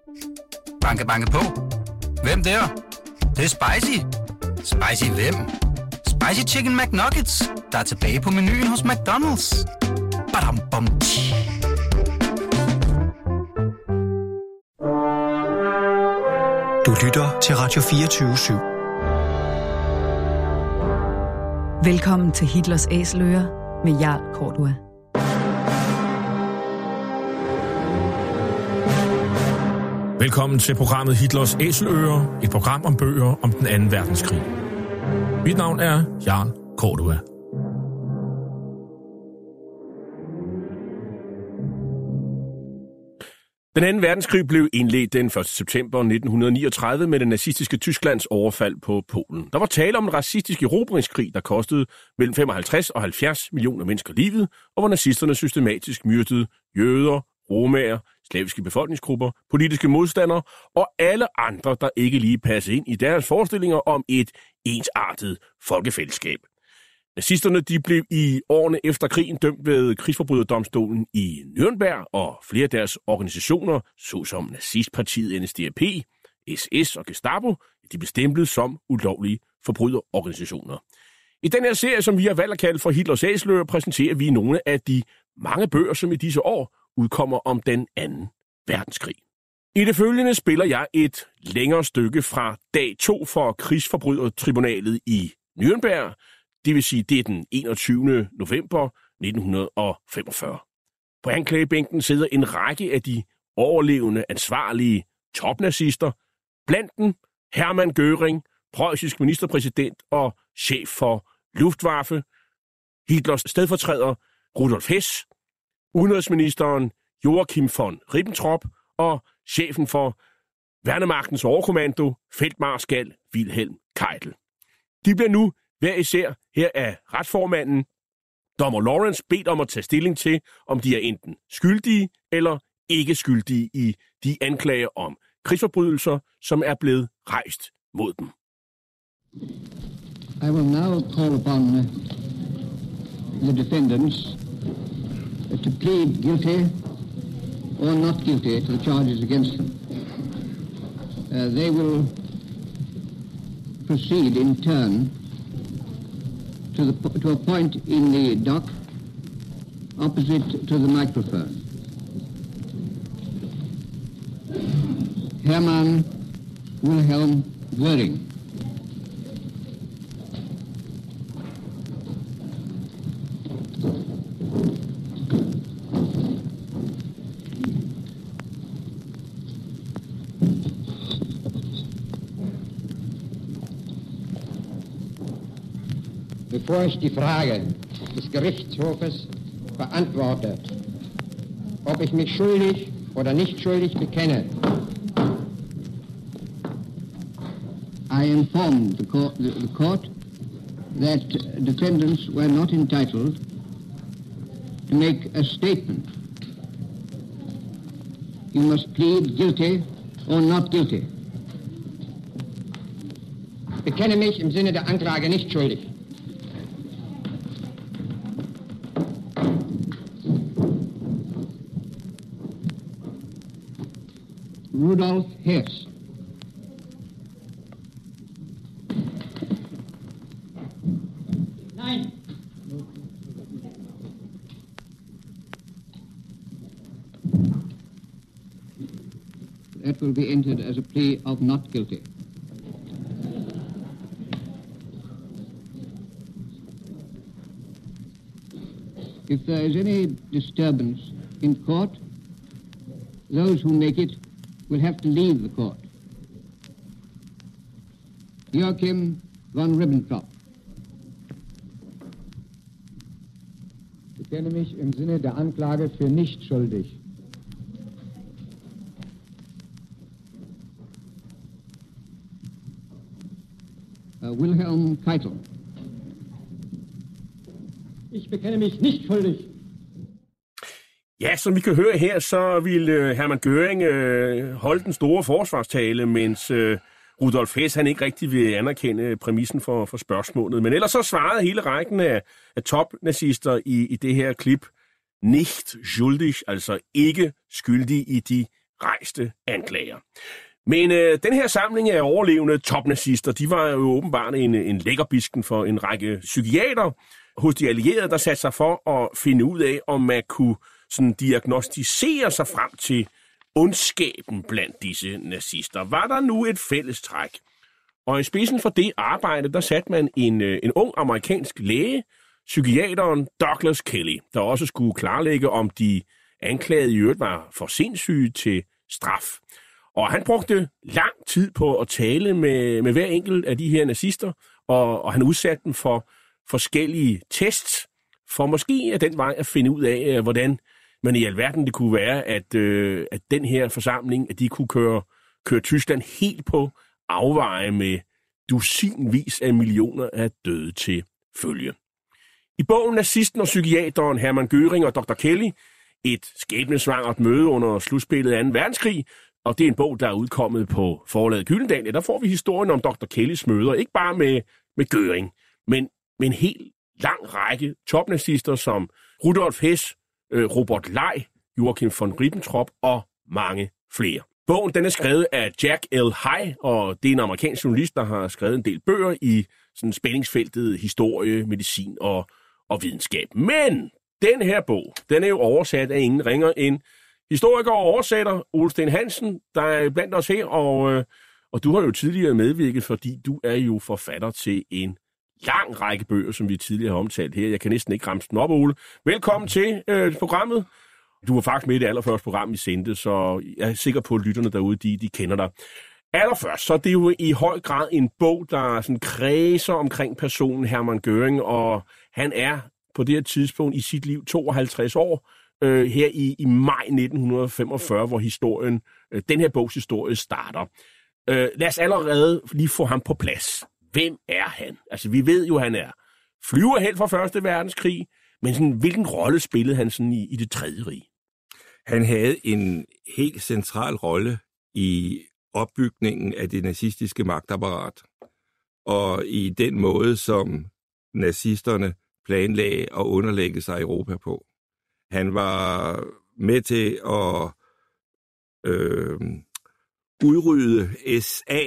Banke, banke på. Hvem der? Det er spicy. Spicy hvem? Spicy Chicken McNuggets, der er tilbage på menuen hos McDonald's. Badum, bom, tji. Du lytter til Radio 24/7. Velkommen til Hitlers Æseløer med Jarl Cordua. Velkommen til programmet Hitlers Æseløer, et program om bøger om den anden verdenskrig. Mit navn er Jarl Cordua. Den anden verdenskrig blev indledt den 1. september 1939 med det nazistiske Tysklands overfald på Polen. Der var tale om en racistisk erobringskrig, der kostede mellem 55 og 70 millioner mennesker livet, og hvor nazisterne systematisk myrdede jøder, romaer, slaviske befolkningsgrupper, politiske modstandere og alle andre, der ikke lige passede ind i deres forestillinger om et ensartet folkefællesskab. Nazisterne de blev i årene efter krigen dømt ved krigsforbryderdomstolen i Nürnberg, og flere af deres organisationer, såsom nazistpartiet NSDAP, SS og Gestapo, de blev stemplet som ulovlige forbryderorganisationer. I den her serie, som vi har valgt at kalde for Hitlers Æseløer, præsenterer vi nogle af de mange bøger, som i disse år udkommer om den anden verdenskrig. I det følgende spiller jeg et længere stykke fra dag 2 for krigsforbrydertribunalet i Nürnberg. Det vil sige, det er den 21. november 1945. På anklagebænken sidder en række af de overlevende ansvarlige topnazister, blandt dem Hermann Göring, preussisk ministerpræsident og chef for Luftwaffe, Hitlers stedfortræder Rudolf Hess, udenrigsministeren Joachim von Ribbentrop og chefen for Værnemagtens overkommando, feltmarskal Wilhelm Keitel. De bliver nu hver især her af retsformanden, dommer Lawrence, bedt om at tage stilling til, om de er enten skyldige eller ikke skyldige i de anklager om krigsforbrydelser, som er blevet rejst mod dem. I will now call upon the defendants to plead guilty or not guilty to the charges against them. They will proceed in turn to a point in the dock opposite to the microphone. Hermann Wilhelm Göring. Bevor ich die Frage des Gerichtshofes beantworte, ob ich mich schuldig oder nicht schuldig bekenne, I informed the court that defendants were not entitled to make a statement. You must plead guilty or not guilty. bekenne mich im Sinne der Anklage nicht schuldig. Rudolf Hess. Nein. That will be entered as a plea of not guilty. If there is any disturbance in court, those who make it will have to leave the court. Joachim von Ribbentrop. Ich bekenne mich im Sinne der Anklage für nicht schuldig. Wilhelm Keitel. Ich bekenne mich nicht schuldig. Ja, som vi kan høre her, så ville Hermann Göring holde den store forsvarstale, mens Rudolf Hess han ikke rigtig vil anerkende præmissen for spørgsmålet. Men ellers så svarede hele rækken af topnazister i det her klip nicht schuldig, altså ikke skyldige i de rejste anklager. Men den her samling af overlevende topnazister, de var jo åbenbart en lækkerbisken for en række psykiater hos de allierede, der satte sig for at finde ud af, om man kunne sådan diagnostisere sig frem til ondskaben blandt disse nazister. Var der nu et fællestræk? Og i spidsen for det arbejde, der satte man en ung amerikansk læge, psykiateren Douglas Kelly, der også skulle klarlægge, om de anklagede i øvrigt var for sindssyge til straf. Og han brugte lang tid på at tale med hver enkelt af de her nazister, og han udsatte dem for forskellige tests, for måske af den vej at finde ud af, hvordan man i alverden det kunne være, at den her forsamling, at de kunne køre Tyskland helt på afveje med dusinvis af millioner af døde til følge. I bogen Nazisten og psykiateren Hermann Göring og Dr. Kelly, et skæbnesvangert møde under slutspillet af 2. verdenskrig, og det er en bog, der er udkommet på forlaget Gyldendal, ja, der får vi historien om Dr. Kellys møder, ikke bare med Göring, men med en helt lang række topnazister som Rudolf Hess, Robert Ley, Joachim von Ribbentrop og mange flere. Bogen den er skrevet af Jack L. Hay, og det er en amerikansk journalist, der har skrevet en del bøger i sådan spændingsfeltet historie, medicin og videnskab. Men den her bog, den er jo oversat af ingen ringer end historiker og oversætter Ole Steen Hansen, der er blandt os her, og du har jo tidligere medvirket, fordi du er jo forfatter til en lang række bøger, som vi tidligere har omtalt her. Jeg kan næsten ikke ramse den op, Ole. Velkommen til programmet. Du var faktisk med i det allerførste program, vi sendte, så jeg er sikker på, at lytterne derude, de kender dig. Allerførst, så er det jo i høj grad en bog, der sådan kredser omkring personen Hermann Göring, og han er på det her tidspunkt i sit liv 52 år, her i maj 1945, hvor den her bogs historie starter. Lad os allerede lige få ham på plads. Hvem er han? Altså, vi ved jo, han er flyverhelt fra 1. verdenskrig, men sådan, hvilken rolle spillede han sådan i det tredje rige? Han havde en helt central rolle i opbygningen af det nazistiske magtapparat, og i den måde, som nazisterne planlagde at underlægge sig Europa på. Han var med til at udrydde SA,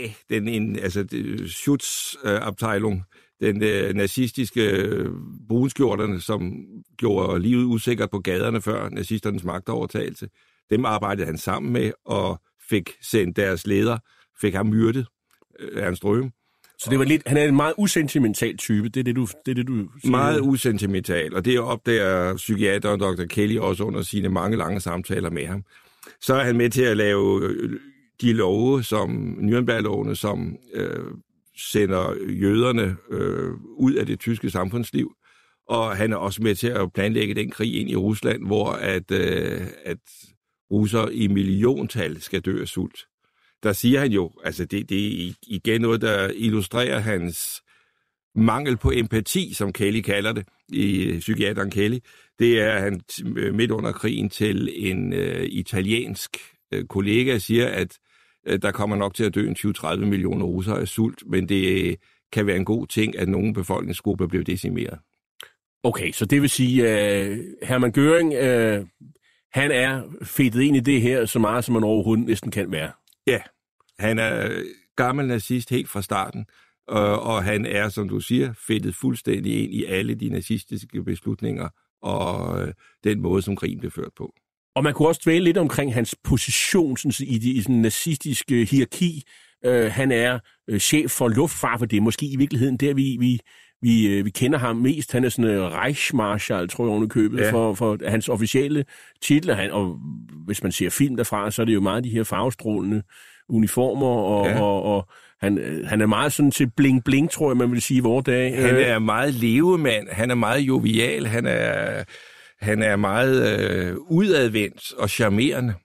Schutzabteilung, den nazistiske brunskjorterne, som gjorde livet usikkert på gaderne før nazisternes magtovertagelse. Dem arbejdede han sammen med og fik sendt deres leder, fik ham myrdet, Ernst Röhm. Så det var lidt, han er en meget usentimental type, det er det, du siger. Meget usentimental, og det opdager psykiateren Dr. Kelly også under sine mange lange samtaler med ham. Så er han med til at lave de love, som Nürnberg-lovene, som sender jøderne ud af det tyske samfundsliv, og han er også med til at planlægge den krig ind i Rusland, hvor at russer i milliontal skal dø af sult. Der siger han jo, altså det er igen noget, der illustrerer hans mangel på empati, som Kelly kalder det, i psykiateren Kelly. Det er, at han midt under krigen til en italiensk kollega siger, at der kommer nok til at dø 20-30 millioner russere af sult, men det kan være en god ting, at nogle befolkningsgrupper bliver decimeret. Okay, så det vil sige, at Hermann Göring, han er fedtet ind i det her så meget, som man overhovedet næsten kan være. Ja, han er gammel nazist helt fra starten, og han er, som du siger, fedtet fuldstændig ind i alle de nazistiske beslutninger og den måde, som krigen blev ført på. Og man kunne også dvæle lidt omkring hans position sådan, i sådan nazistiske hierarki. Han er chef for Luftwaffe, det er måske i virkeligheden der, vi kender ham mest. Han er sådan en Reichsmarschall, tror jeg, ovenikøbet, ja. for hans officielle titler. Og hvis man ser film derfra, så er det jo meget de her farvestrålende uniformer, og han er meget sådan til bling-bling, tror jeg, man vil sige i vore dage. Han er meget levemand, han er meget jovial, han er meget udadvendt og charmerende.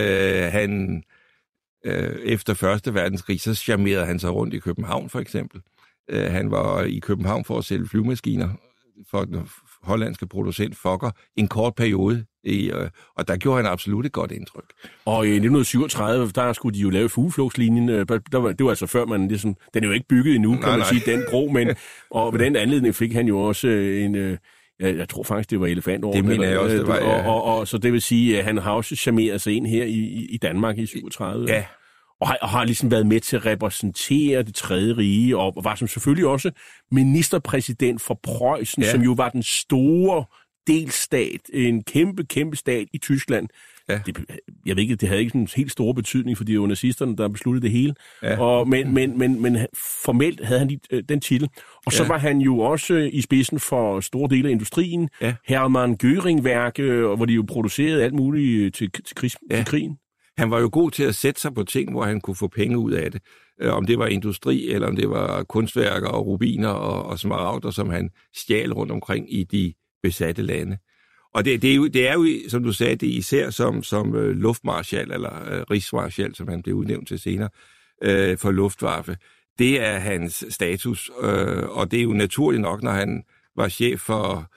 Efter 1. verdenskrig, så charmerede han sig rundt i København, for eksempel. Han var i København for at sælge flyvemaskiner for den hollandske producent Fokker en kort periode, og der gjorde han absolut et godt indtryk. Og i 1937, der skulle de jo lave fugleflugtslinjen. Det var altså før man ligesom, den er jo ikke bygget endnu, kan man sige, den bro, men og ved den anledning fik han jo også Jeg tror faktisk, det var elefantår. Det mener jeg også, det var, ja. Og så det vil sige, at han har også charmeret sig ind her i Danmark i 37. Ja. Og har ligesom været med til at repræsentere det tredje rige, og var som selvfølgelig også ministerpræsident for Preussen, som jo var den store delstat, en kæmpe stat i Tyskland. Ja. Jeg ved ikke, det havde ikke sådan en helt stor betydning, for det var nazisterne, der besluttede det hele. Ja. Men formelt havde han den titel. Og så var han jo også i spidsen for store dele af industrien. Ja. Hermann Göring-værke, hvor de jo producerede alt muligt til krigen. Han var jo god til at sætte sig på ting, hvor han kunne få penge ud af det. Om det var industri, eller om det var kunstværker og rubiner og smaragder, som han stjal rundt omkring i de besatte lande. Og det er jo, som du sagde, det er især som luftmarskal, eller rigsmarskal, som han blev udnævnt til senere, for Luftwaffe. Det er hans status, og det er jo naturligt nok, når han var chef for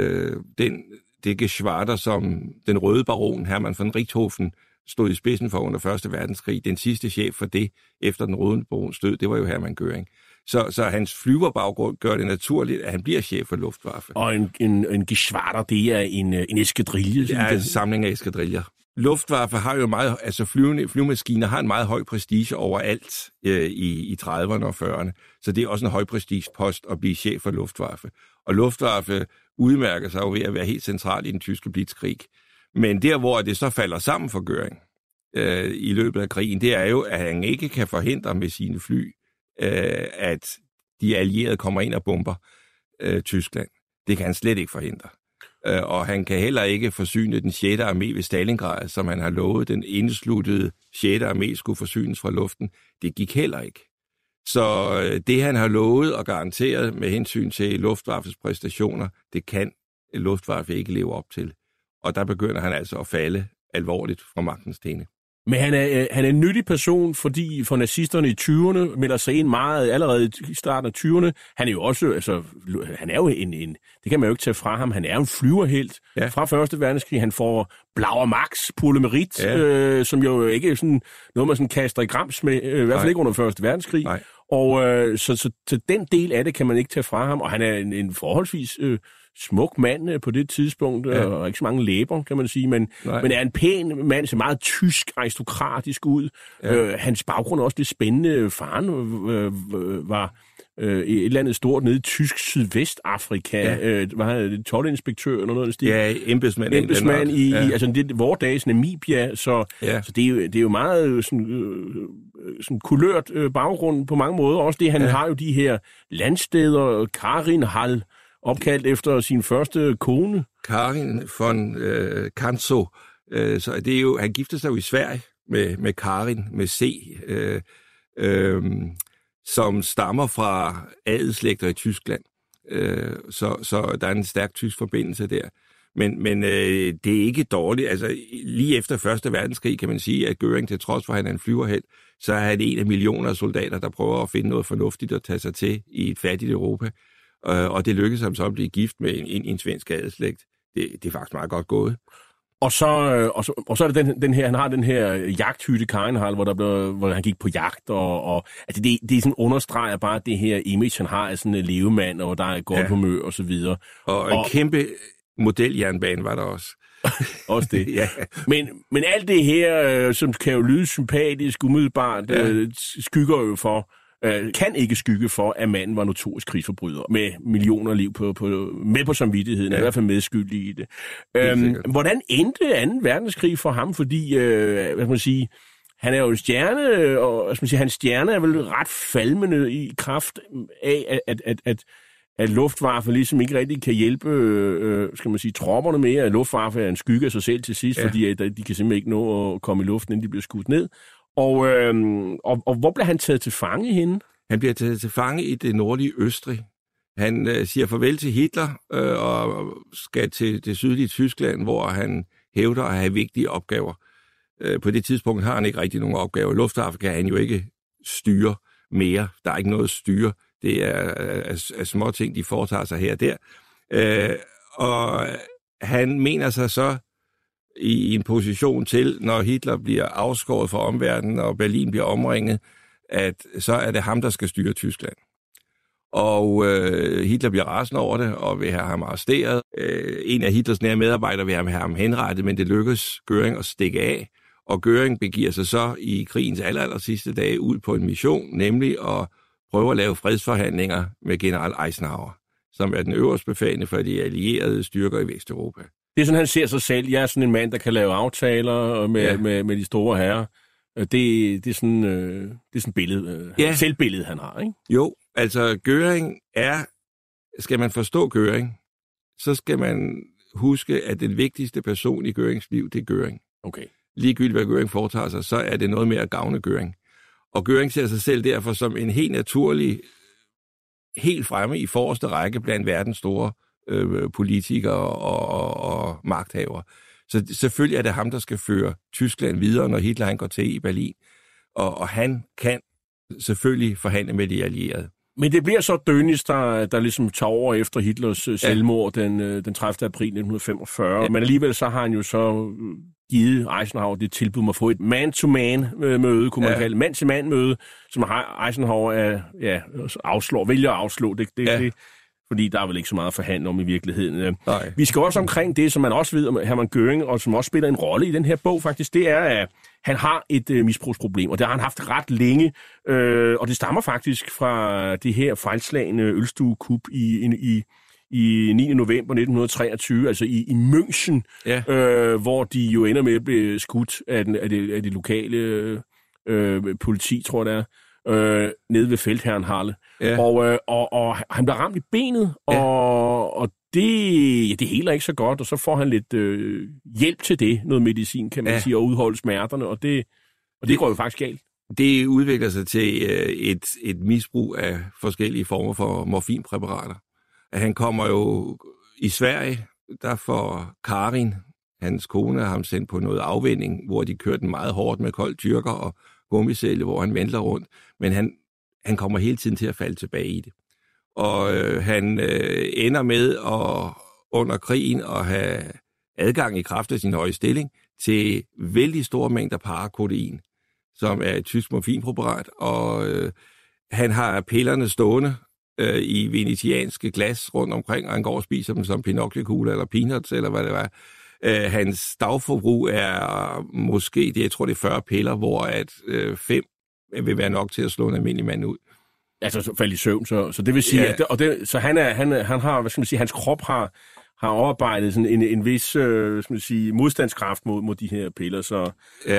det geschwader, som den røde baron Hermann von Richthofen stod i spidsen for under 1. verdenskrig. Den sidste chef for det, efter den røde barons død, det var jo Hermann Göring. Så hans flyverbaggrund gør det naturligt, at han bliver chef for Luftwaffe. Og en geschwader, det er en eskadrille? Det er en samling af eskadriller. Luftwaffe har jo meget, altså flyvemaskiner har en meget høj prestige overalt i 30'erne og 40'erne. Så det er også en høj prestigepost at blive chef for Luftwaffe. Og Luftwaffe udmærker sig jo ved at være helt central i den tyske blitzkrig. Men der, hvor det så falder sammen for Göring i løbet af krigen, det er jo, at han ikke kan forhindre med sine fly, at de allierede kommer ind og bomber Tyskland. Det kan han slet ikke forhindre. Og han kan heller ikke forsyne den 6. armé ved Stalingrad, som han har lovet, den indsluttede 6. armé skulle forsynes fra luften. Det gik heller ikke. Så det, han har lovet og garanteret med hensyn til Luftwaffes præstationer, det kan Luftwaffe ikke leve op til. Og der begynder han altså at falde alvorligt fra magtens tæne. Men han er en nyttig person, fordi for nazisterne i 20'erne melder sig ind meget allerede i starten af 20'erne. Han er jo også, altså, han er jo det kan man jo ikke tage fra ham, han er jo en flyverhelt fra 1. verdenskrig. Han får Blauer Max, polymerit, som jo ikke er sådan noget, man sådan kaster i grams med, i hvert fald ikke under 1. verdenskrig. Nej. Og så den del af det kan man ikke tage fra ham, og han er en forholdsvis smuk mand på det tidspunkt, og ikke så mange læber, kan man sige, men er en pæn mand, ser meget tysk, aristokratisk ud. Hans baggrund er også lidt spændende. Faren var et eller andet stort nede i tysk Sydvestafrika, var toldinspektør eller noget. Ja, embedsmand i altså vores dages Namibia, så det er jo meget sådan kulørt baggrund på mange måder. Også det, han har jo de her landsteder, Karinhal, opkaldt efter sin første kone. Karin von Kanzo. Så det er jo, han giftede sig jo i Sverige med Karin, med C, som stammer fra adelsslægter i Tyskland. Så der er en stærk tysk forbindelse der. Men det er ikke dårligt. Altså, lige efter 1. verdenskrig kan man sige, at Göring, til trods for, at han er en flyverhelt, så er han en af millioner af soldater, der prøver at finde noget fornuftigt at tage sig til i et fattigt Europa. Og det lykkedes ham så at blive gift med en svensk adelslægt. Det er faktisk meget godt gået. Og så er det den her, han har den her jagthytte Karinhal, hvor han gik på jagt, og altså det sådan understreger bare det her image, han har af sådan en levemand, og der er godt humør og så videre. Og en kæmpe modeljernbane var der også. Også det. Ja. Men alt det her, som kan jo lyde sympatisk, umiddelbart, skygger jo for, kan ikke skygge for, at manden var notorisk krigsforbryder, med millioner liv med på samvittigheden, i hvert fald medskyldig i det. Hvordan endte 2. verdenskrig for ham? Fordi, hvad skal man sige, han er jo en stjerne, og hvad skal man sige, hans stjerne er vel ret falmende i kraft af, at Luftwaffe ligesom ikke rigtig kan hjælpe, skal man sige, tropperne mere. At Luftwaffe er en skygge af sig selv til sidst, fordi de kan simpelthen ikke nå at komme i luften, inden de bliver skudt ned. Og hvor bliver han taget til fange henne? Han bliver taget til fange i det nordlige Østrig. Han siger farvel til Hitler og skal til det sydlige Tyskland, hvor han hævder at have vigtige opgaver. På det tidspunkt har han ikke rigtig nogen opgaver. Luftwaffe kan han jo ikke styre mere. Der er ikke noget at styre. Det er små ting, de foretager sig her og der. Og han mener sig så i en position til, når Hitler bliver afskåret fra omverdenen, og Berlin bliver omringet, at så er det ham, der skal styre Tyskland. Og Hitler bliver rasende over det, og vil have ham arresteret. En af Hitlers nære medarbejdere vil have ham henrettet, men det lykkes Göring at stikke af. Og Göring begiver sig så i krigens aller sidste dage ud på en mission, nemlig at prøve at lave fredsforhandlinger med general Eisenhower, som er den øverste befalende for de allierede styrker i Vesteuropa. Det er sådan, han ser sig selv. Jeg er sådan en mand, der kan lave aftaler med de store herrer. Det er sådan et billede, selvbillede, han har, ikke? Jo, altså Göring er, skal man forstå Göring, så skal man huske, at den vigtigste person i Görings liv, det er Göring. Okay. Ligegyldigt hvad Göring foretager sig, så er det noget med at gavne Göring. Og Göring ser sig selv derfor som en helt naturlig, helt fremme i forreste række blandt verdens store politikere og magthavere. Så selvfølgelig er det ham, der skal føre Tyskland videre, når Hitler han går til i Berlin. Og han kan selvfølgelig forhandle med de allierede. Men det bliver så Dönitz, der ligesom tager over efter Hitlers selvmord den 30. april 1945. Ja. Men alligevel så har han jo så givet Eisenhower det tilbud om at få et man-to-man-møde, kunne man kalde det. Man-til-man-møde, som Eisenhower vælger at afslå. Det, fordi der er vel ikke så meget at forhandle om i virkeligheden. Nej. Vi skal også omkring det, som man også ved om Hermann Göring, og som også spiller en rolle i den her bog faktisk, det er, at han har et misbrugsproblem, og det har han haft ret længe, og det stammer faktisk fra det her fejlslagne ølstuekup i 9. november 1923, altså i München, hvor de jo ender med at blive skudt af det lokale politi, tror jeg det er, nede ved Feldherrenhalle. Ja. Og han bliver ramt i benet, og det heler ikke så godt, og så får han lidt hjælp til det, noget medicin, kan man sige, at udholde smerterne, og det går jo faktisk galt. Det udvikler sig til et misbrug af forskellige former for morfinpræparater. Han kommer jo i Sverige, der får Karin, hans kone, ham sendt på noget afvinding, hvor de kørte den meget hårdt med kold tyrker og gummicelle, hvor han ventler rundt, men han kommer hele tiden til at falde tilbage i det. Og han ender med at under krigen at have adgang i kraft af sin høje stilling til vældig store mængder parakodein, som er et tysk morfinpræparat, og han har pillerne stående i venetianske glas rundt omkring, og han går og spiser dem som pinocchio-kugler eller peanuts, eller hvad det var. Hans dagforbrug er måske, jeg tror det er 40 piller, hvor 5 vil være nok til at slå en almindelig mand ud. Altså falde i søvn, så det vil sige, så han har, hvad skal man sige, hans krop har oparbejdet sådan en vis skal man sige, modstandskraft mod de her piller, så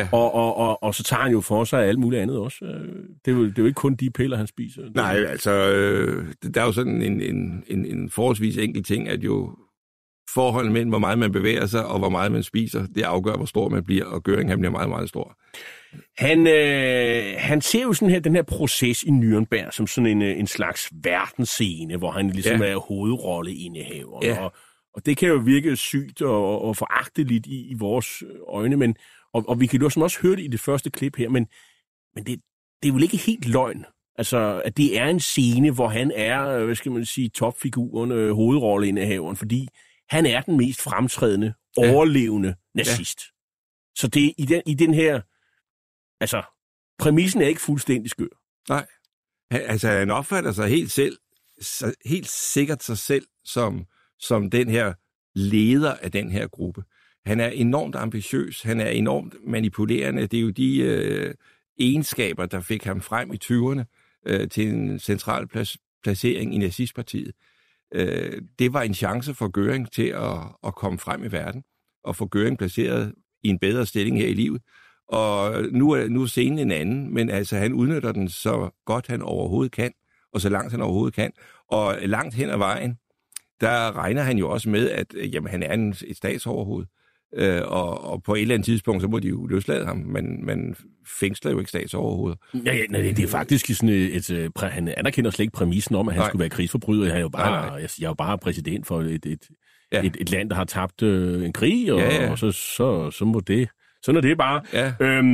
og så tager han jo for sig alt muligt andet også. Det er jo ikke kun de piller, han spiser. Nej, altså der er jo sådan en forholdsvis enkel ting, at jo forholdet mellem, hvor meget man bevæger sig, og hvor meget man spiser, det afgør, hvor stor man bliver, og Göring, han bliver meget, meget stor. Han ser jo sådan her, den her proces i Nürnberg som sådan en slags verdensscene, hvor han ligesom er hovedrolleindehaver. Ja. Og det kan jo virke sygt og foragteligt i vores øjne, men, og vi kan jo også høre det i det første klip her, men det er vel ikke helt løgn. Altså, at det er en scene, hvor han er, hvad skal man sige, topfiguren, hovedrolleindehaveren, fordi han er den mest fremtrædende, overlevende nazist. Så det i den her, altså, præmissen er ikke fuldstændig skør. Nej. Altså, han opfatter sig helt sikkert sig selv som den her leder af den her gruppe. Han er enormt ambitiøs, han er enormt manipulerende. Det er jo de egenskaber, der fik ham frem i 20'erne til en central placering i nazistpartiet. Det var en chance for Göring til at komme frem i verden og få Göring placeret i en bedre stilling her i livet. Og nu er scenen en anden, men altså han udnytter den så godt han overhovedet kan, og så langt han overhovedet kan. Og langt hen ad vejen, der regner han jo også med, at han er et statsoverhoved. Og på et eller andet tidspunkt, så må de jo løslade ham. Man fængsler jo ikke statsoverhoveder. Ja, det er faktisk sådan han anerkender slet ikke præmissen om, at han skulle være krigsforbryder. Jeg er jo bare præsident for et land, der har tabt en krig, og så må det. Sådan er det bare. Ja.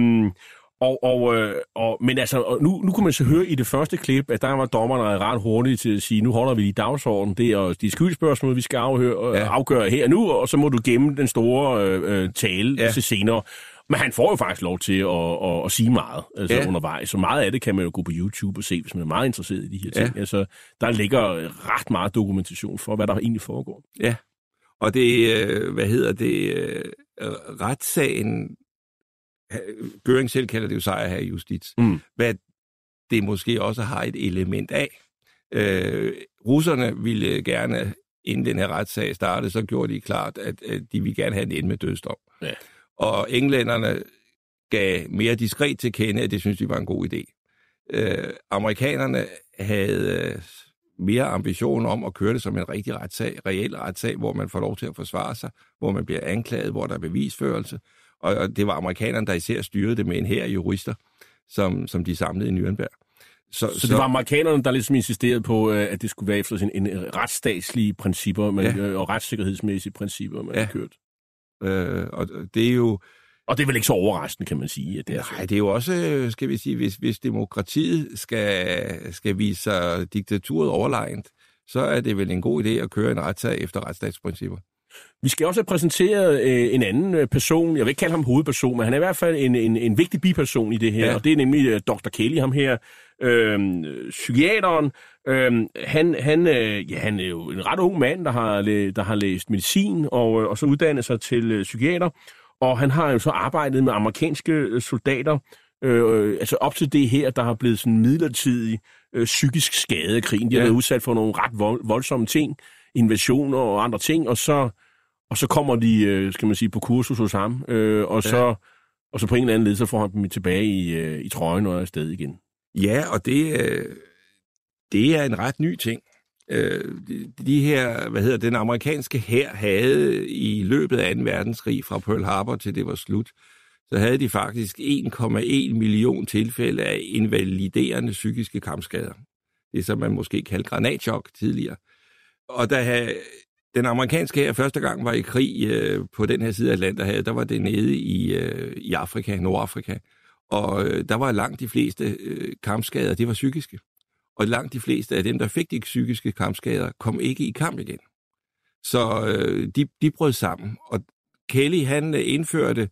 Men altså, nu kunne man så høre i det første klip, at der var dommerne ret hurtigt til at sige, nu holder vi i dagsordenen, det er de skyldspørgsmål, vi skal afgøre her nu, og så må du gemme den store tale til senere. Men han får jo faktisk lov til at sige meget undervejs. Så meget af det kan man jo gå på YouTube og se, hvis man er meget interesseret i de her ting. Altså, der ligger ret meget dokumentation for, hvad der egentlig foregår. Ja, og det, retssagen, Göring selv kalder det jo sejr her i justits, hvad det måske også har et element af. Russerne ville gerne, inden den her retssag startede, så gjorde de klart, at de ville gerne have en ende med dødsdom. Ja. Og englænderne gav mere diskret til kende, at det synes de var en god idé. Amerikanerne havde mere ambition om at køre det som en rigtig retssag, reel retssag, hvor man får lov til at forsvare sig, hvor man bliver anklaget, hvor der er bevisførelse. Og det var amerikanerne, der især styrede det med en hær af jurister, som de samlede i Nürnberg. Så det var amerikanerne, der ligesom insisterede på, at det skulle være efter en retsstatslige principper og retssikkerhedsmæssige principper, man har kørt. Og det er jo... Og det er vel ikke så overraskende, kan man sige. At det er nej, det er jo også, skal vi sige, hvis demokratiet skal vise sig diktaturet overlegent, så er det vel en god idé at køre en retssag efter retsstatsprincipper. Vi skal også have præsenteret en anden person, jeg vil ikke kalde ham hovedperson, men han er i hvert fald en vigtig biperson i det her, og det er nemlig Dr. Kelly, ham her, psykiateren. Han er jo en ret ung mand, der har læst medicin og så uddannet sig til psykiater, og han har jo så arbejdet med amerikanske soldater, altså op til det her, der har blevet sådan midlertidig psykisk skade af krigen. De har været udsat for nogle ret voldsomme ting, invasioner og andre ting, og så kommer de, skal man sige, på kursus hos ham, og så på en eller anden led, så får han dem tilbage i trøjen og afsted igen. Ja, og det er en ret ny ting. De her, den amerikanske hær havde i løbet af 2. verdenskrig fra Pearl Harbor til det var slut, så havde de faktisk 1,1 million tilfælde af invaliderende psykiske kampskader. Det som man måske kaldte granatchok tidligere. Og da den amerikanske hær første gang var i krig på den her side af Atlanterhavet, der var det nede i Afrika, Nordafrika. Og der var langt de fleste kampskader, det var psykiske. Og langt de fleste af dem, der fik de psykiske kampskader, kom ikke i kamp igen. Så de brød sammen. Og Kelly, han indførte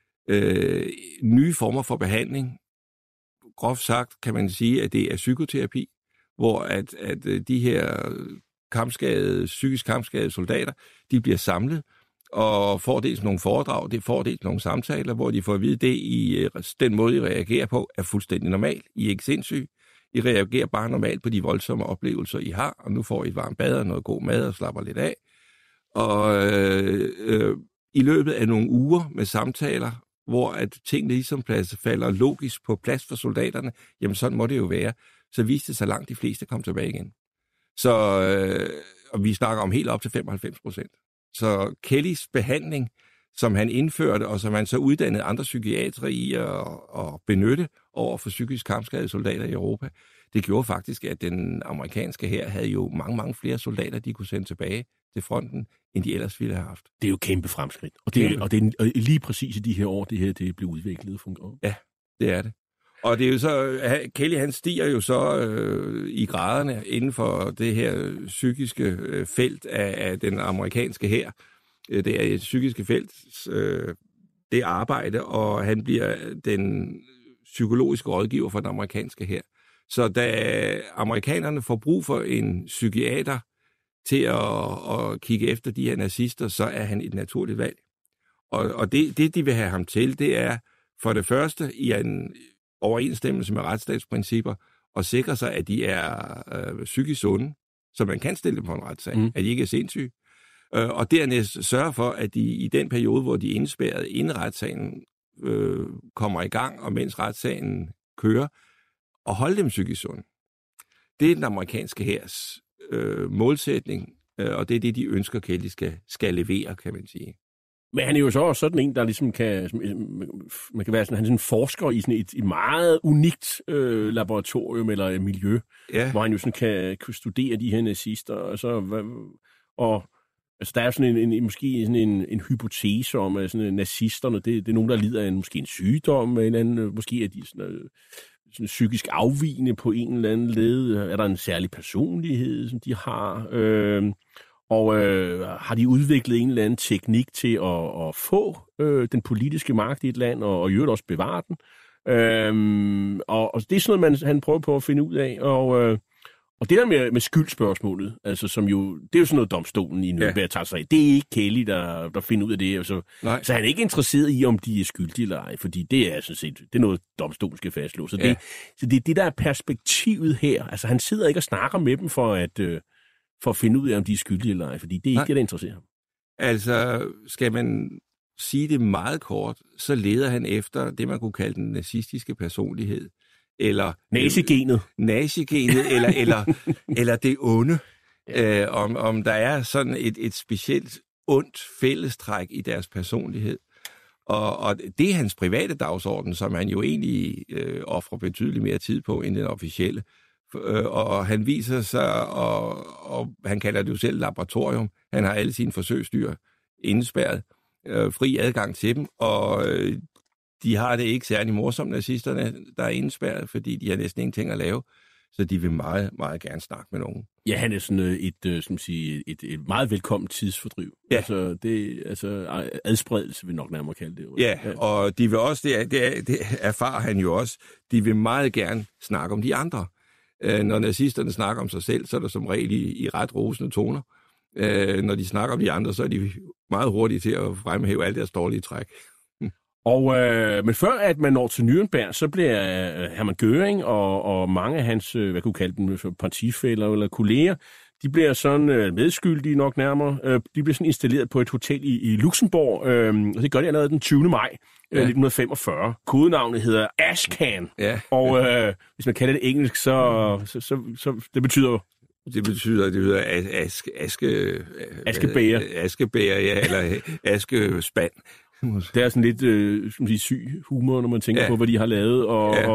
nye former for behandling. Groft sagt kan man sige, at det er psykoterapi, hvor at de her psykisk kampskadede soldater, de bliver samlet og får dels nogle foredrag, det får dels nogle samtaler, hvor de får at vide, den måde, I reagerer på, er fuldstændig normal. I er ikke sindssyge. I reagerer bare normalt på de voldsomme oplevelser, I har, og nu får I et varmt bad og noget god mad og slapper lidt af. Og i løbet af nogle uger med samtaler, hvor at tingene ligesom falder logisk på plads for soldaterne, jamen sådan må det jo være, så viste det sig langt de fleste kom tilbage igen. Så, og vi snakker om helt op til 95%. Så Kellys behandling, som han indførte, og som han så uddannede andre psykiatere i at benytte over for psykisk kampskadede soldater i Europa, det gjorde faktisk, at den amerikanske hær havde jo mange, mange flere soldater, de kunne sende tilbage til fronten, end de ellers ville have haft. Det er jo kæmpe fremskridt. Og det er lige præcis i de her år, det blev udviklet. Ja, det er det. Og det er jo så, Kelly han stiger jo så i graderne inden for det her psykiske felt af den amerikanske hær. Det er et psykiske felt, det arbejde, og han bliver den psykologiske rådgiver for den amerikanske hær. Så da amerikanerne får brug for en psykiater til at kigge efter de her nazister, så er han et naturligt valg. Og det de vil have ham til, det er for det første i en overensstemmelse med retsstatsprincipper og sikre sig, at de er psykisk sunde, så man kan stille dem på en retssag, at de ikke er sindssyge. Og dernæst sørge for, at de i den periode, hvor de er indspærret, inden retssagen kommer i gang, og mens retssagen kører, og holde dem psykisk sunde. Det er den amerikanske hærs målsætning, og det er det, de ønsker, Kelly skal levere, kan man sige. Men han er jo så også sådan en, der ligesom man kan være sådan, han er sådan en forsker i sådan et meget unikt laboratorium eller miljø, hvor han jo sådan kan studere de her nazister, og altså, der er sådan måske sådan en hypotese om, at sådan, nazisterne, det er nogen, der lider af måske en sygdom, eller anden, måske er de sådan psykisk afvigende på en eller anden led. Er der en særlig personlighed, som de har? Og har de udviklet en eller anden teknik til at få den politiske magt i et land, og i øvrigt også bevare den. Og det er sådan noget, han prøver på at finde ud af. Og det der med skyldspørgsmålet, altså som jo, det er jo sådan noget domstolen i Nürnberg tager sig af. Det er ikke Kelly, der finder ud af det. Så han er ikke interesseret i, om de er skyldige eller ej, fordi det er sådan set, det er noget domstolen skal fastslå. Så det er det, der er perspektivet her. Altså han sidder ikke og snakker med dem for at finde ud af, om de er skyldige eller ej, fordi det er ikke det, der interesserer ham. Altså, skal man sige det meget kort, så leder han efter det, man kunne kalde den nazistiske personlighed. Eller nazigenet. Eller det onde. Om der er sådan et specielt ondt fællestræk i deres personlighed. Og det er hans private dagsorden, som han jo egentlig offrer betydeligt mere tid på end den officielle. Og han viser sig, og han kalder det jo selv laboratorium. Han har alle sine forsøgsdyr indespærret, fri adgang til dem, og de har det ikke særlig morsomt, nazisterne, der er indespærret, fordi de har næsten ingenting at lave, så de vil meget, meget gerne snakke med nogen. Ja, han er sådan et meget velkommen tidsfordriv. Ja. Altså adspredelse vil nok nærmere kalde det. Ja, og de vil også, det erfarer han jo også, de vil meget gerne snakke om de andre. Når nazisterne snakker om sig selv, så er der som regel i ret rosende toner. Når de snakker om de andre, så er de meget hurtige til at fremhæve alle deres dårlige træk. Men før at man når til Nürnberg, så bliver Hermann Göring og mange af hans, hvad kunne kalde dem, partifæller eller kolleger, de bliver sådan medskyldige nok nærmere. De bliver sådan installeret på et hotel i Luxembourg, og det gør de allerede den 20. maj 1945. Kodenavnet hedder Ashcan, og hvis man kalder det engelsk, så det betyder... Det hedder askebæger. Askebæger, ja, eller askespand. Det er sådan lidt syg humor, når man tænker på, hvad de har lavet.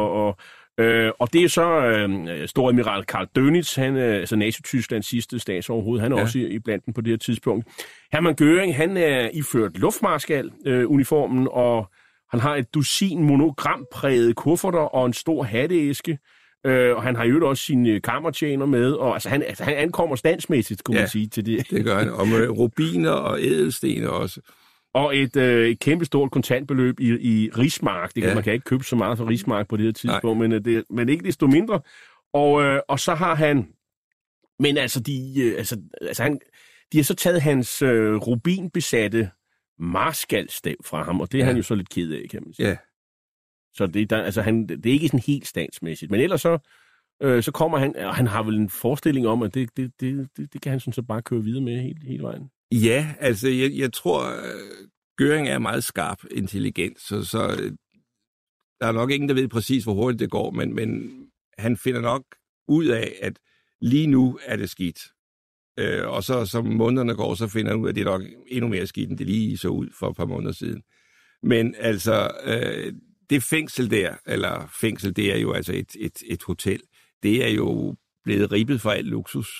Og det er så storadmiral Karl Dönitz, han er altså Nazi-Tysklands sidste statsoverhoved. Han er også i blandt dem på det her tidspunkt. Hermann Göring, han er iført luftmarskal-uniformen, og han har et dusin monogramprægede kufferter og en stor hatteæske. Og han har jo også sine kammertjener med, og altså han ankommer standsmæssigt, kunne man sige, til det. Det gør han, og med rubiner og ædelstener også. Og et kæmpestort kontantbeløb i Rigsmark. Man kan ikke købe så meget for Rigsmark på det her tidspunkt, men ikke desto mindre. Og så har han... Men altså, de har så taget hans rubinbesatte marskalstav fra ham, og det er han jo så lidt ked af, kan man sige. Ja. Så det er ikke sådan helt statsmæssigt. Men ellers så kommer han, og han har vel en forestilling om, at det kan han sådan så bare køre videre med hele vejen. Ja, altså jeg tror, Göring er meget skarp, intelligent, så der er nok ingen, der ved præcis, hvor hurtigt det går, men han finder nok ud af, at lige nu er det skidt. Og så som månederne går, så finder han ud af, at det er nok endnu mere skidt, end det lige så ud for et par måneder siden. Men altså, det fængsel, det er jo altså et hotel. Det er jo blevet ribbet for al luksus.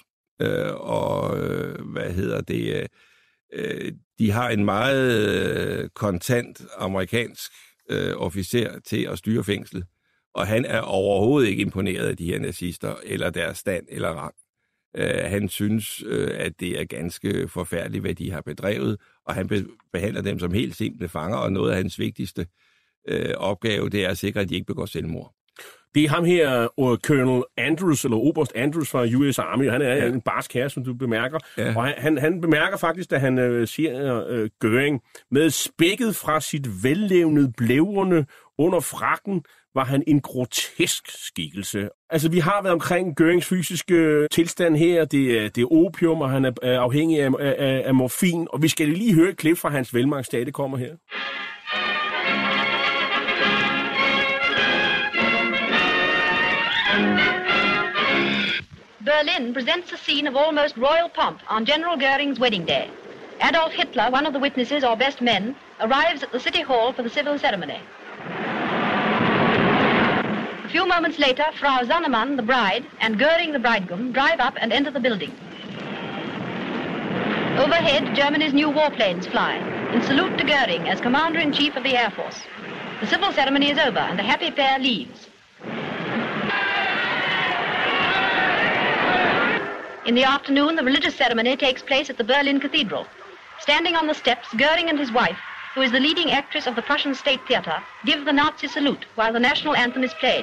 De har en meget kontant amerikansk officer til at styre fængslet, og han er overhovedet ikke imponeret af de her nazister, eller deres stand eller rang. Han synes, at det er ganske forfærdeligt, hvad de har bedrevet, og han behandler dem som helt simple fanger, og noget af hans vigtigste opgave, det er at sikre, at de ikke begår selvmord. Det er ham her, Colonel Andrews, eller Oberst Andrews fra US Army, han er en barsk herre, som du bemærker. Ja. Og han bemærker faktisk, da han siger Göring, med spækket fra sit vellevnede blævrende under frakken, var han en grotesk skikkelse. Altså, vi har været omkring Görings fysiske tilstand her. Det er opium, og han er afhængig af morfin. Og vi skal lige høre et klip fra hans velmagtsdag, det kommer her. Berlin presents a scene of almost royal pomp on General Goering's wedding day. Adolf Hitler, one of the witnesses or best men, arrives at the city hall for the civil ceremony. A few moments later, Frau Sonnemann, the bride, and Goering, the bridegroom, drive up and enter the building. Overhead, Germany's new warplanes fly, in salute to Goering as Commander-in-Chief of the Air Force. The civil ceremony is over, and the happy pair leaves. In the afternoon, the religious ceremony takes place at the Berlin Cathedral. Standing on the steps, Goering and his wife, who is the leading actress of the Prussian State Theatre, give the Nazi salute while the national anthem is played.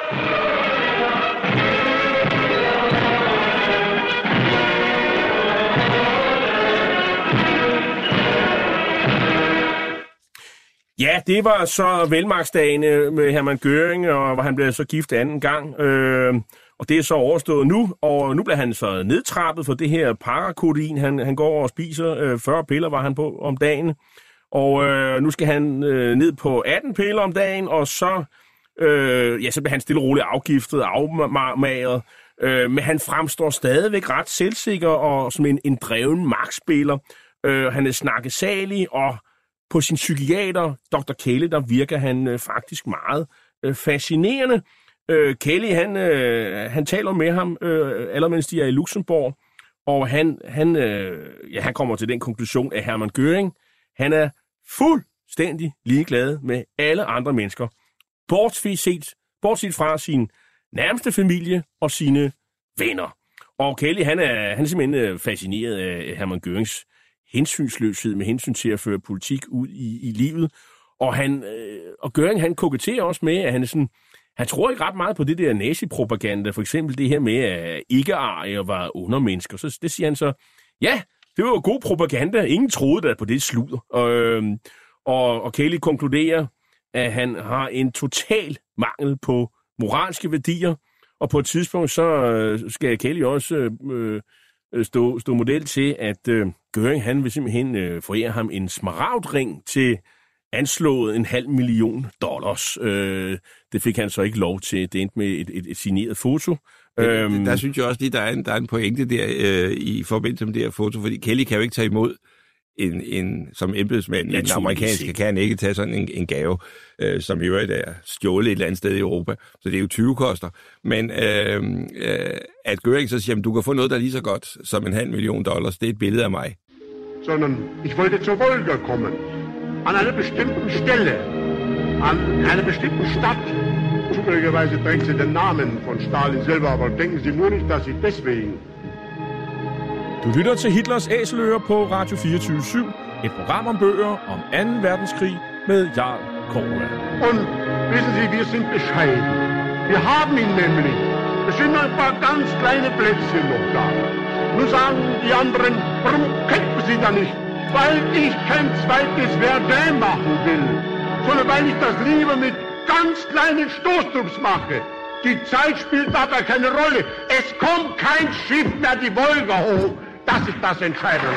Ja, det var så velmagtsdagene med Hermann Göring, og hvor han blev så gift anden gang. Og det er så overstået nu, og nu bliver han så nedtrappet for det her parakodin. Han går og spiser 40 piller, var han på om dagen. Og nu skal han ned på 18 piller om dagen, og så bliver han stille og roligt afgiftet, afmagret. Men han fremstår stadigvæk ret selvsikker og som en dreven magtspiller. Han er snakkesalig, og på sin psykiater, Dr. Kelly, der virker han faktisk meget fascinerende. Kelly, han taler med ham, allerede mens de er i Luxembourg, og han kommer til den konklusion, at Hermann Göring, han er fuldstændig ligeglad med alle andre mennesker, bortset fra sin nærmeste familie og sine venner. Og Kelly, han er simpelthen fascineret af Hermann Görings hensynsløshed med hensyn til at føre politik ud i livet. Og Göring, han koketterer også med, at han tror ikke ret meget på det der nazipropaganda, for eksempel det her med, at ikke-arier var undermennesker. Så det siger han så, ja, det var jo god propaganda. Ingen troede da på det sludder. Og Kelly konkluderer, at han har en total mangel på moralske værdier, og på et tidspunkt så skal Kelly også stå model til, at Göring, han vil simpelthen forære ham en smaragdring til anslået $500,000. Det fik han så ikke lov til. Det endte med et signeret foto. Der synes jeg også lige, der er en pointe der i forbindelse med det her foto, fordi Kelly kan jo ikke tage imod som embedsmand i den amerikanske, kan han ikke tage sådan en gave, som i øvrigt er stjålet et eller andet sted i Europa. Så det er jo 20 koster. Men at Göring så siger, at du kan få noget, der er lige så godt som $500,000, det er et billede af mig. Sondern ich wollte zur Wolga kommen. An einer bestimmten Stelle, an einer bestimmten Stadt. Zufälligerweise trägt sie den Namen von Stalin selber, aber denken Sie nur nicht, dass ich deswegen. Du lytter til Hitlers Æseløer på Radio 24/7, et program om bøger om 2. verdenskrig med Jarl Korva. Und wissen Sie, wir sind bescheiden. Wir haben ihn nämlich. Es sind noch ein paar ganz kleine Plätzchen noch da. Nun sagen die anderen, warum kämpfen Sie da nicht? Weil ich kein zweites Verdun machen will, sondern weil ich das lieber mit ganz kleinen Stoßtrupps mache. Die Zeit spielt dabei keine Rolle. Es kommt kein Schiff mehr die Wolga hoch. Das ist das Entscheidende.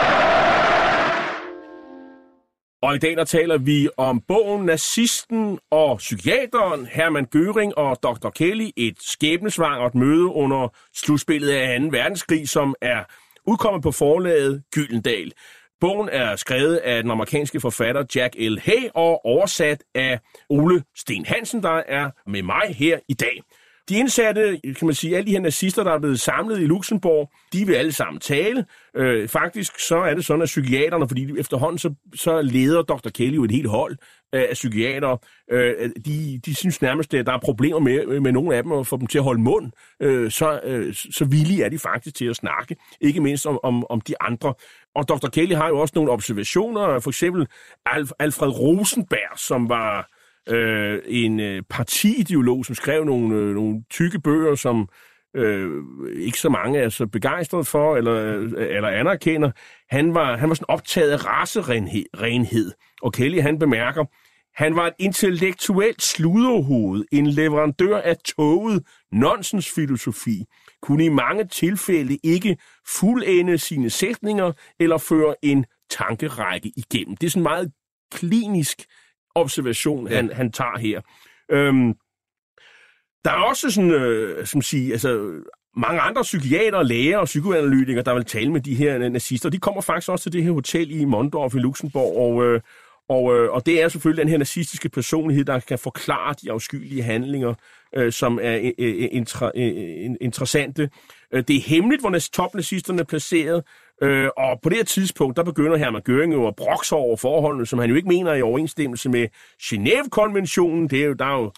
Og i dag der taler vi om bogen Nazisten og psykiateren Hermann Göring og Dr. Kelly, et skæbnesvangert møde under slutspillet af 2. verdenskrig, som er udkommet på forlaget Gyldendal. Bogen er skrevet af den amerikanske forfatter Jack L. Hay og oversat af Ole Sten Hansen, der er med mig her i dag. De indsatte, kan man sige, alle de her nazister, der er blevet samlet i Luxembourg, de vil alle sammen tale. Faktisk så er det sådan, at psykiaterne, fordi efterhånden så leder Dr. Kelly jo et helt hold af psykiatere. De synes nærmest, at der er problemer med nogle af dem at få dem til at holde mund. Så villige er de faktisk til at snakke, ikke mindst om de andre. Og Dr. Kelly har jo også nogle observationer, for eksempel Alfred Rosenberg, som var en partiideolog, som skrev nogle tykke bøger, som ikke så mange er så begejstrede for eller anerkender. Han var sådan optaget af racerenhed, og Kelly han bemærker, han var et intellektuelt sluderhoved, en leverandør af tåget nonsensfilosofi, kunne i mange tilfælde ikke fuldende sine sætninger eller føre en tankerække igennem. Det er sådan en meget klinisk observation, han tager her. Der er også sådan, som siger, altså mange andre psykiatere, læger og psykoanalytikere, der vil tale med de her nazister. De kommer faktisk også til det her hotel i Mondorf i Luxembourg, og det er selvfølgelig den her nazistiske personlighed, der kan forklare de afskyelige handlinger, som er interessante. Det er hemmeligt, hvor topnazisterne er placeret, og på det her tidspunkt, der begynder Hermann Göring jo at brokse over forholdene, som han jo ikke mener er i overensstemmelse med Genève-konventionen. Der er jo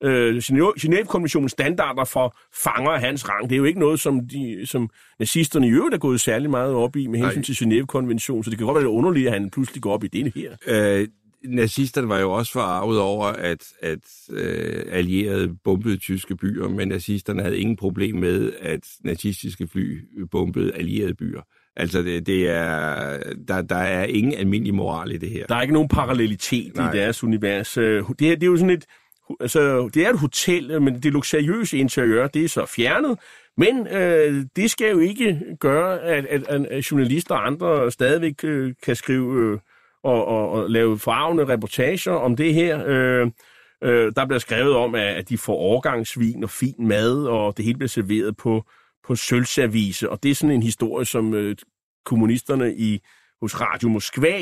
Genève-konventionens standarder for fanger af hans rang. Det er jo ikke noget, som nazisterne i øvrigt er gået særlig meget op i med hensyn til Genève-konventionen, så det kan godt være lidt underligt, at han pludselig går op i det her. Nazisterne var jo også forarvet over, at allierede bombede tyske byer, men nazisterne havde ingen problem med, at nazistiske fly bombede allierede byer. Altså, der er ingen almindelig moral i det her. Der er ikke nogen parallelitet i deres univers. Det er jo sådan et... Altså, det er et hotel, men det luksuriøse interiør, det er så fjernet. Men det skal jo ikke gøre, at journalister og andre stadigvæk kan skrive og lave forarvende reportager om det her. Der bliver skrevet om, at de får årgangsvin og fin mad, og det hele bliver serveret på sølvservice. Og det er sådan en historie, som kommunisterne hos Radio Moskva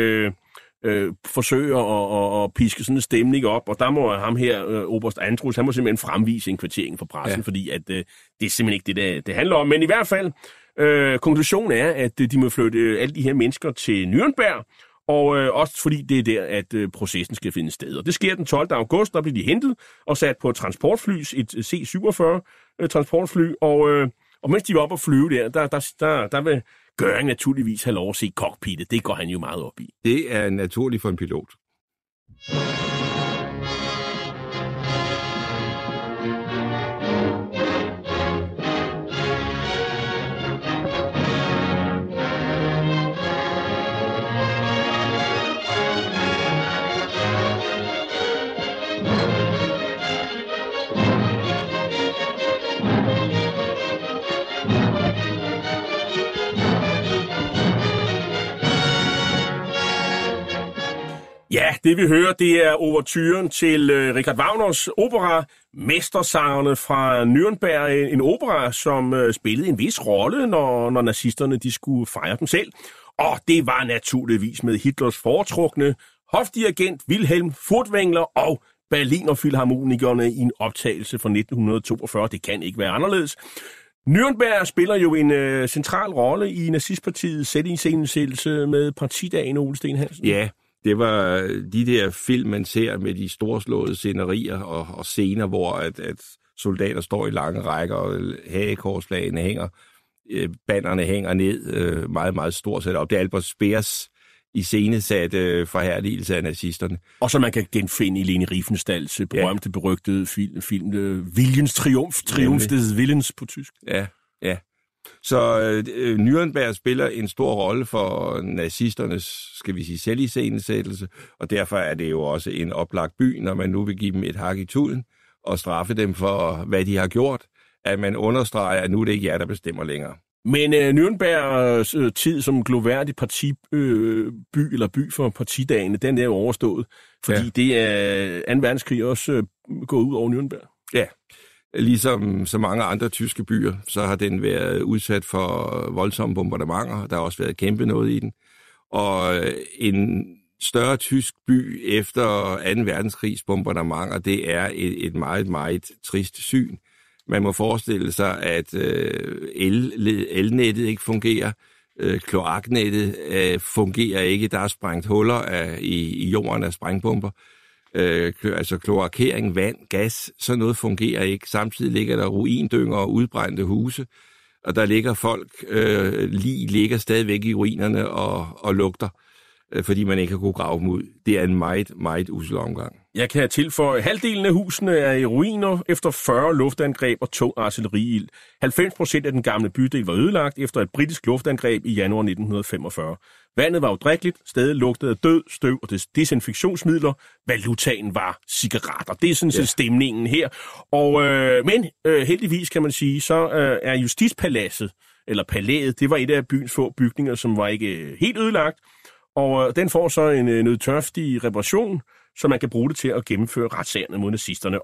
forsøger at piske sådan en stemning op, og der må ham her, Oberst Andrus, han må simpelthen fremvise en kvittering for pressen, fordi at det er simpelthen ikke det handler om. Men i hvert fald, konklusionen er, at de må flytte alle de her mennesker til Nürnberg, og også fordi det er der, at processen skal finde sted. Og det sker den 12. august, der bliver de hentet og sat på et transportfly, et C-47 transportfly, og mens de var oppe at flyve der vil Göring naturligvis have lov at se cockpittet. Det går han jo meget op i. Det er naturligt for en pilot. Ja, det vi hører, det er ouverturen til Richard Wagners opera Mestersangerne fra Nürnberg. En opera, som spillede en vis rolle, når nazisterne de skulle fejre dem selv. Og det var naturligvis med Hitlers foretrukne hofdirigent Wilhelm Furtwängler og Berliner-filharmonikerne i en optagelse fra 1942. Det kan ikke være anderledes. Nürnberg spiller jo en central rolle i nazistpartiets selviscenesættelse med partidagen, Ole Steen Hansen. Ja. Det var de der film, man ser med de storslåede scenerier og scener, hvor at soldater står i lange rækker, og hagekorsflagene hænger, bannerne hænger ned, meget, meget stort set op. Det er Albert Speers iscenesatte forherligelse af nazisterne. Og så man kan genfinde i Leni Riefenstahls berømte, berygtede film Viljens Triumf des Willens på tysk. Ja. Så Nürnberg spiller en stor rolle for nazisternes, skal vi sige, selviscenesættelse, og derfor er det jo også en oplagt by, når man nu vil give dem et hak i tuden og straffe dem for, hvad de har gjort, at man understreger, at nu er det ikke jer, der bestemmer længere. Men Nürnbergs tid som gloværdig by for partidagene, den er jo overstået, fordi det er 2. verdenskrig også gået ud over Nürnberg. Ja. Ligesom så mange andre tyske byer, så har den været udsat for voldsomme bombardementer. Der har også været kæmpe noget i den. Og en større tysk by efter 2. verdenskrigs bombardementer, det er et meget, meget trist syn. Man må forestille sig, at elnettet ikke fungerer, kloaknettet fungerer ikke, der er sprængt huller i jorden af sprængbomber. Altså kloakering, vand, gas, sådan noget fungerer ikke. Samtidig ligger der ruindynger og udbrændte huse, og der ligger folk, ligger stadigvæk i ruinerne og lugter, fordi man ikke har kunnet grave dem ud. Det er en meget, meget ussel omgang. Jeg kan tilføje, halvdelen af husene er i ruiner efter 40 luftangreb og tung artilleriild. 90% af den gamle bydel var ødelagt efter et britisk luftangreb i januar 1945. Vandet var udrikkeligt, stadig lugtede af død, støv og desinfektionsmidler. Valutaen var cigaretter. Det er sådan set stemningen her. Men heldigvis kan man sige, så er Justitspaladset, eller palæet, det var et af byens få bygninger, som var ikke helt ødelagt. Og den får så en nødtørftig reparation, så man kan bruge det til at gennemføre retssagerne mod nazisterne.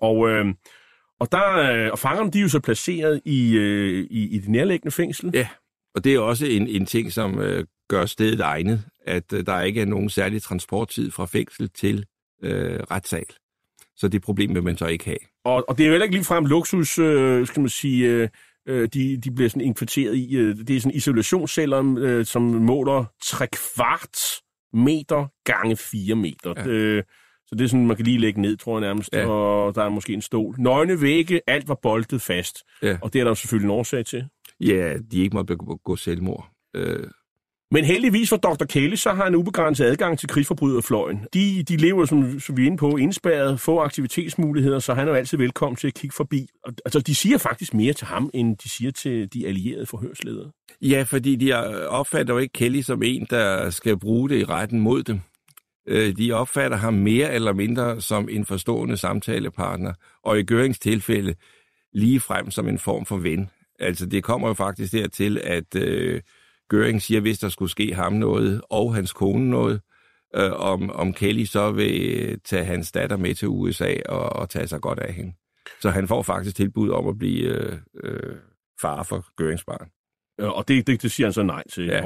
Og fangerne, de er jo så placeret i det nærliggende fængsel. Ja, og det er også en ting, som gør stedet egnet, at der ikke er nogen særlig transporttid fra fængsel til retssal. Så det problem vil man så ikke have. Og det er jo heller ikke ligefrem luksus, skal man sige, de bliver sådan inkvarteret i. Det er sådan isolationsceller, som måler 3/4 meter gange 4 meter. Ja. Så det er sådan, man kan lige lægge ned, tror jeg nærmest, ja. Og der er måske en stol. Nøgne vægge, alt var boltet fast. Ja. Og det er der jo selvfølgelig en årsag til. Ja, de ikke måtte begå selvmord. Men heldigvis for Dr. Kelly, så har han ubegrænset adgang til krigsforbryderfløjen. De lever, som vi er inde på, indspærret, få aktivitetsmuligheder, så han er jo altid velkommen til at kigge forbi. Altså, de siger faktisk mere til ham, end de siger til de allierede forhørsledere. Ja, fordi de opfatter jo ikke Kelly som en, der skal bruge det i retten mod dem. De opfatter ham mere eller mindre som en forstående samtalepartner, og i Görings tilfælde ligefrem som en form for ven. Altså, det kommer jo faktisk dertil, at Göring siger, hvis der skulle ske ham noget, og hans kone noget, om Kelly så vil tage hans datter med til USA og tage sig godt af hende. Så han får faktisk tilbud om at blive far for Görings barn. Og det siger han så nej til. Ja.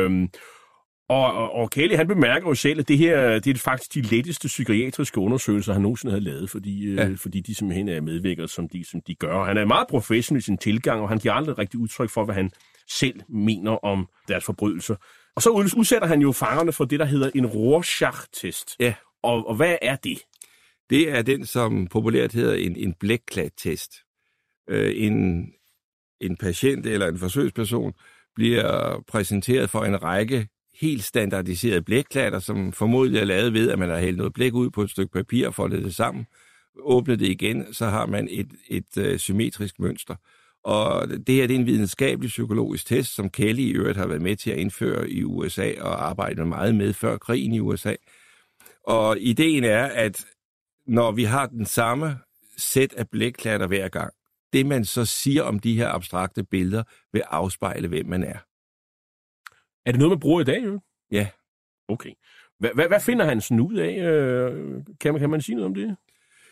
Og Kelly, han bemærker jo selv, at det er faktisk de letteste psykiatriske undersøgelser, han nogensinde havde lavet, fordi de simpelthen er medvirkere, som de gør. Han er meget professionel i sin tilgang, og han giver aldrig rigtig udtryk for, hvad han selv mener om deres forbrydelser. Og så udsætter han jo fangerne for det, der hedder en Rorschach-test. Ja. Og hvad er det? Det er den, som populært hedder en blækklat-test. En patient eller en forsøgsperson bliver præsenteret for en række helt standardiserede blækklatter, som formodentlig er lavet ved, at man har hældt noget blæk ud på et stykke papir og foldet det sammen. Åbner det igen, så har man et symmetrisk mønster. Og det her det er en videnskabelig psykologisk test, som Kelly i øvrigt har været med til at indføre i USA og arbejdet meget med før krigen i USA. Og ideen er, at når vi har den samme sæt af blækklatter hver gang, det man så siger om de her abstrakte billeder, vil afspejle, hvem man er. Er det noget, man bruger i dag, jo? Ja. Okay. Hvad finder han sådan ud af? Kan man sige noget om det?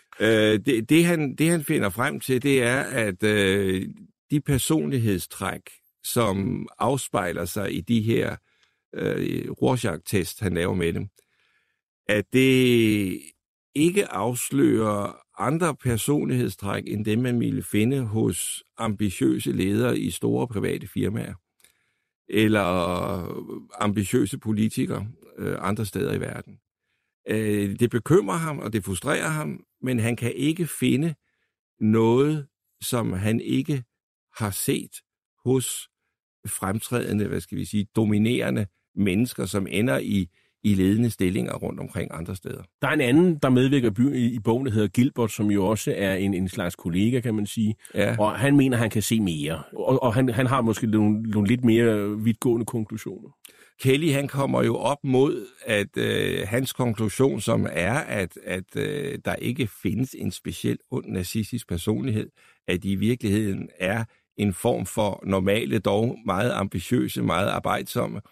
Det han finder frem til, det er, at de personlighedstræk, som afspejler sig i de her Rorschach-test, han laver med dem, at det ikke afslører andre personlighedstræk, end dem, man ville finde hos ambitiøse ledere i store private firmaer, eller ambitiøse politikere andre steder i verden. Det bekymrer ham, og det frustrerer ham, men han kan ikke finde noget, som han ikke har set hos fremtrædende, dominerende mennesker, som ender i ledende stillinger rundt omkring andre steder. Der er en anden, der medvirker i bogen, der hedder Gilbert, som jo også er en slags kollega, kan man sige. Ja. Og han mener, han kan se mere. Og han har måske nogle lidt mere vidtgående konklusioner. Kelly, han kommer jo op mod, at hans konklusion, som er, at der ikke findes en speciel ond nazistisk personlighed, at de i virkeligheden er en form for normale, dog meget ambitiøse, meget arbejdsomme.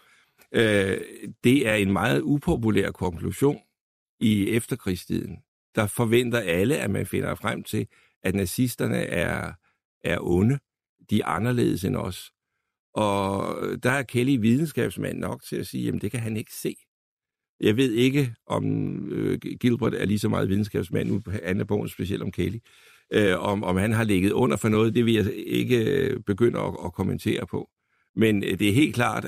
Det er en meget upopulær konklusion i efterkrigstiden. Der forventer alle, at man finder frem til, at nazisterne er onde. De er anderledes end os. Og der er Kelly videnskabsmand nok til at sige, jamen det kan han ikke se. Jeg ved ikke, om Gilbert er lige så meget videnskabsmand nu på anden bogen, specielt om Kelly. Om han har ligget under for noget, det vil jeg ikke begynde at kommentere på. Men det er helt klart,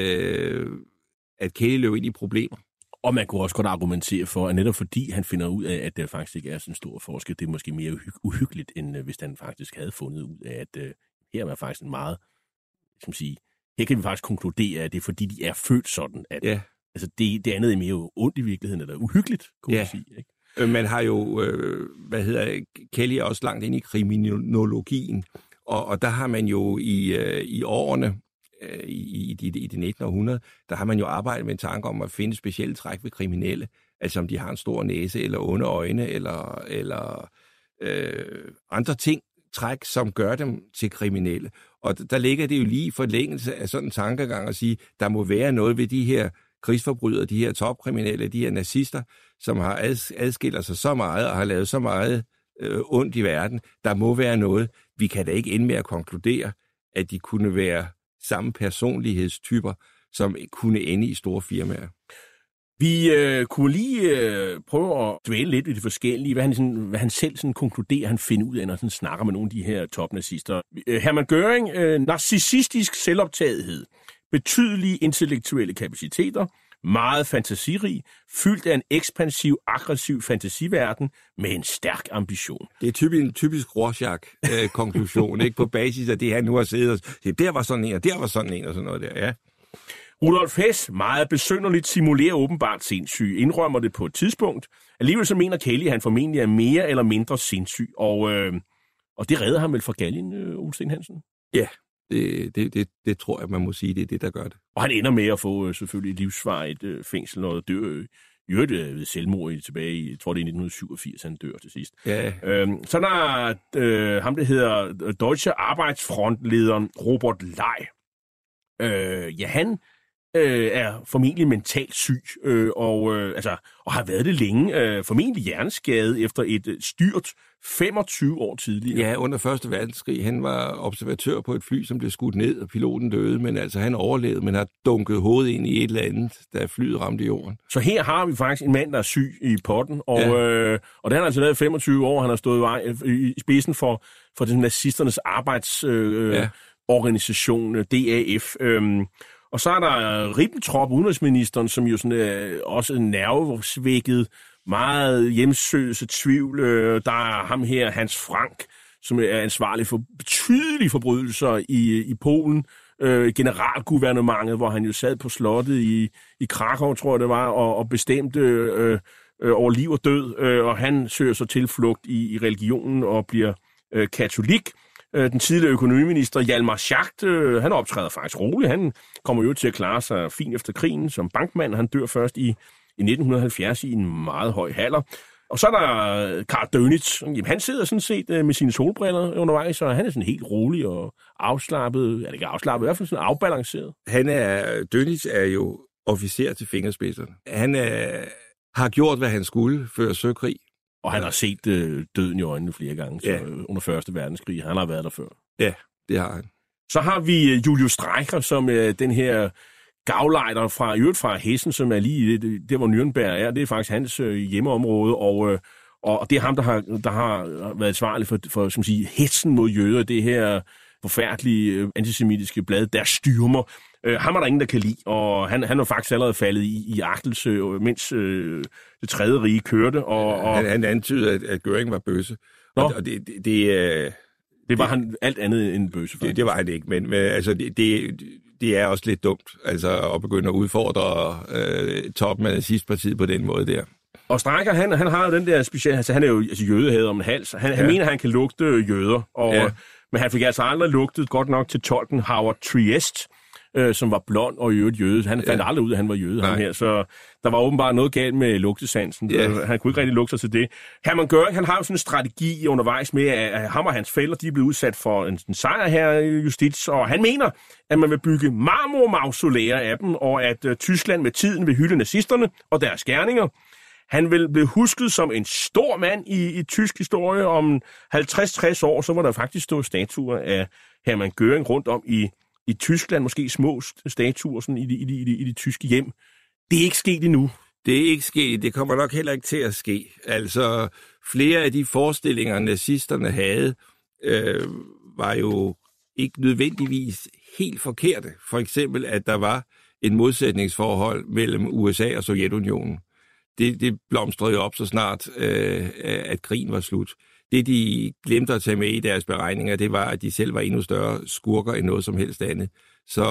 at Kelly løb ind i problemer. Og man kunne også godt argumentere for, at netop fordi han finder ud af, at der faktisk ikke er sådan en stor forskel, det er måske mere uhyggeligt, end hvis han faktisk havde fundet ud af, at her er faktisk en meget, som sige, her kan vi faktisk konkludere, at det er fordi, de er født sådan, at altså det andet er mere ondt i virkeligheden, eller uhyggeligt, kunne man sige. Ikke? Man har jo, Kelly er også langt ind i kriminologien, og der har man jo i årene, i det 19. århundrede, der har man jo arbejdet med en tanke om at finde specielle træk ved kriminelle, altså om de har en stor næse, eller onde øjne, eller andre ting, træk, som gør dem til kriminelle. Og der ligger det jo lige i forlængelse af sådan en tankegang at sige, der må være noget ved de her krigsforbrydere, de her topkriminelle, de her nazister, som har adskiller sig så meget og har lavet så meget ondt i verden. Der må være noget. Vi kan da ikke ende med at konkludere, at de kunne være samme personlighedstyper, som kunne ende i store firmaer. Vi kunne lige prøve at dvæle lidt i det forskellige, hvad han selv sådan konkluderer, han finder ud af, når han snakker med nogle af de her topnazister. Hermann Göring, narcissistisk selvoptagethed, betydelige intellektuelle kapaciteter, meget fantasirig, fyldt af en ekspansiv, aggressiv fantasiverden med en stærk ambition. Det er en typisk Rorschach-konklusion, ikke? På basis af det, han nu har siddet og sagt, der var sådan en, og der var sådan en, og sådan noget der, ja. Rudolf Hess, meget besynderligt, simulerer åbenbart sindssyg, indrømmer det på et tidspunkt. Alligevel så mener Kelly, at han formentlig er mere eller mindre sindssyg, og det redder ham vel fra galgen, Ole Steen Hansen? Ja, det tror jeg, man må sige, det er det, der gør det. Og han ender med at få selvfølgelig et livsvarigt fængsel, og dør ved selvmord tilbage i, jeg tror det er 1987, han dør til sidst. Ja. Så er der ham, der hedder Deutsche Arbejdsfrontlederen Robert Ley. Han er formentlig mentalt syg, og har været det længe. Formentlig hjerneskade efter et styrt 25 år tidligere. Ja, under 1. verdenskrig. Han var observatør på et fly, som blev skudt ned, og piloten døde, men altså han overlevede, men har dunket hovedet ind i et eller andet, da flyet ramte jorden. Så her har vi faktisk en mand, der er syg i potten, og det har han altså været 25 år. Han har stået i spidsen for den nazisternes arbejdsorganisation, DAF. Og så er der Ribbentrop, udenrigsministeren, som jo sådan også er nervesvækket, meget hjemsøgelse, tvivl. Der er ham her, Hans Frank, som er ansvarlig for betydelige forbrydelser i Polen. Generalgouvernementet, hvor han jo sad på slottet i Krakow, tror jeg det var, og bestemte over liv og død. Og han søger så tilflugt i religionen og bliver katolik. Den tidligere økonomiminister Hjalmar Schacht, han optræder faktisk roligt. Han kommer jo til at klare sig fint efter krigen som bankmand. Han dør først i 1970 i en meget høj alder. Og så er der Karl Dönitz. Jamen, han sidder sådan set med sine solbriller undervejs, og han er sådan helt rolig og afslappet. Ikke afslappet, i hvert fald sådan afbalanceret. Dönitz er jo officer til fingerspidserne. Han har gjort, hvad han skulle før søkrig. Og han har set døden i øjnene flere gange under 1. verdenskrig. Han har været der før. Ja, det har han. Så har vi Julius Streicher, som den her gavlejder fra Hessen, som er lige der, hvor Nürnberg er. Det er faktisk hans hjemmeområde, og det er ham, der har været ansvarlig for som sige, hetsen mod jøder, det her forfærdelige antisemitiske blad, der styrmer. Ham er der ingen, der kan lide, og han var faktisk allerede faldet i agtelse, mens det tredje rige kørte. Han antydede, at Göring var bøsse. Og det var han alt andet end bøsse, faktisk. Det var han ikke, men altså, det er også lidt dumt, altså at begynde at udfordre toppen af nazistpartiet på den måde der. Og Streicher, han har den der specielle, altså han er jo jødehader om en hals. Han mener, han kan lugte jøder, men han fik altså aldrig lugtet godt nok til tolken Howard Triest, som var blond og i øvrigt jøde. Han fandt aldrig ud af, at han var jøde, ham her. Så der var åbenbart noget galt med lugtesansen. Han kunne ikke rigtig lugte sig til det. Hermann Göring, han har jo sådan en strategi undervejs med, at ham og hans fæller, de er blevet udsat for en sejr her i justits, og han mener, at man vil bygge marmormausolæer af dem, og at Tyskland med tiden vil hylde nazisterne og deres gerninger. Han vil blive husket som en stor mand i tysk historie. Om 50-60 år, så var der faktisk stå statuer af Hermann Göring rundt om i Tyskland, måske små statuer sådan i de tyske hjem. Det er ikke sket endnu. Det er ikke sket. Det kommer nok heller ikke til at ske. Altså, flere af de forestillinger, nazisterne havde, var jo ikke nødvendigvis helt forkerte. For eksempel, at der var et modsætningsforhold mellem USA og Sovjetunionen. Det blomstrede jo op så snart, at krigen var slut. Det, de glemte at tage med i deres beregninger, det var, at de selv var endnu større skurker end noget som helst andet. Så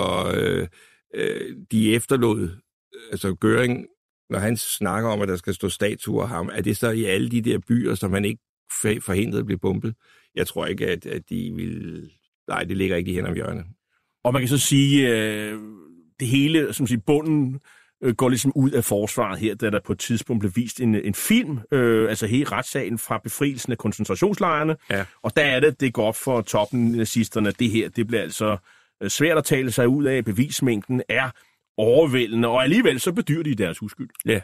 de efterlod, altså Göring, når han snakker om, at der skal stå statuer af ham, er det så i alle de der byer, som han ikke forhindrede at blive bombet? Jeg tror ikke, at de vil... Nej, det ligger ikke i hænder om hjørnet. Og man kan så sige, det hele, som siger, bunden går ligesom ud af forsvaret her, da der på et tidspunkt blev vist en film, altså hele retssagen fra befrielsen af koncentrationslejrene. Ja. Og der er det går op for toppen nazisterne. Det her, det bliver altså svært at tale sig ud af. Bevismængden er overvældende, og alligevel så bedyrer de deres uskyld. Ja.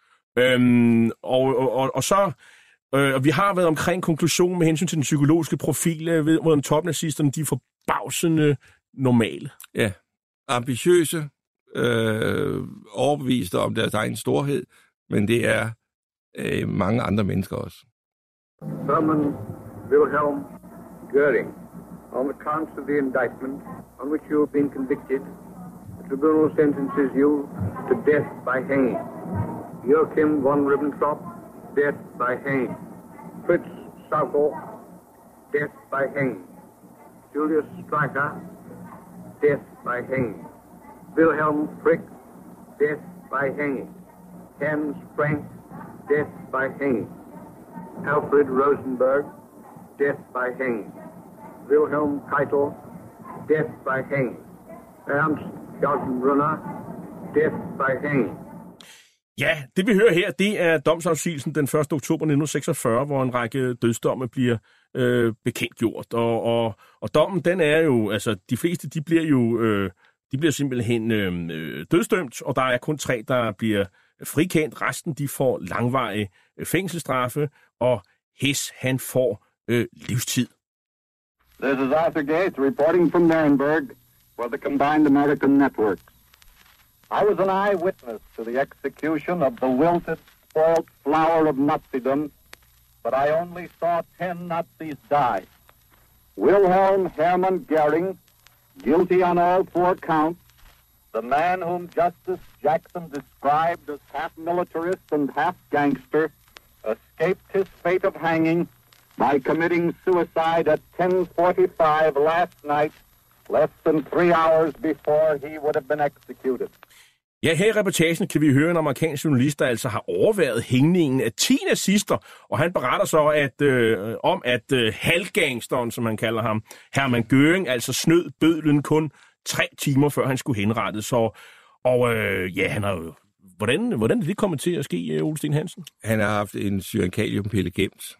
Og så... Og vi har været omkring konklusionen med hensyn til den psykologiske profil, hvor topnazisterne, de er forbavsende normale. Ja, ambitiøse, overbeviste om deres egen storhed, men det er mange andre mennesker også. Hermann Wilhelm Göring, on the counts of the indictment on which you have been convicted, the tribunal sentences you to death by hanging. Joachim von Ribbentrop, death by hanging. Fritz Saukel, death by hanging. Julius Streicher, death by hanging. Wilhelm Frick, death by hanging. Hans Frank, death by hanging. Alfred Rosenberg, death by hanging. Wilhelm Keitel, death by hanging. Ernst Schausenbrunner, death by hanging. Ja, det vi hører her, det er domsafsigelsen den 1. oktober 1946, hvor en række dødsdomme bliver bekendtgjort. Og dommen, den er jo, altså de fleste, de bliver simpelthen dødsdømt, og der er kun 3, der bliver frikendt. Resten, de får langvarige fængselsstraffe, og Hess, han får livstid. This is Arthur Gates reporting from Nuremberg for the Combined American Network. I was an eyewitness to the execution of the wilted, spoiled flower of Nazism, but I only saw 10 Nazis die. Wilhelm Hermann Goering, guilty on all 4 counts, the man whom Justice Jackson described as half militarist and half gangster, escaped his fate of hanging by committing suicide at 10:45 last night, less than 3 hours before he would have been executed. Ja, her i reportagen kan vi høre en amerikansk journalist, der altså har overværet hængningen af 10 nazister, og han beretter så om, at halvgangsteren, som han kalder ham, Hermann Göring, altså snød bødlen kun 3 timer før han skulle henrettes. Han har jo... Hvordan er det kommet til at ske, Ole Steen Hansen? Han har haft en cyankaliumpille gemt.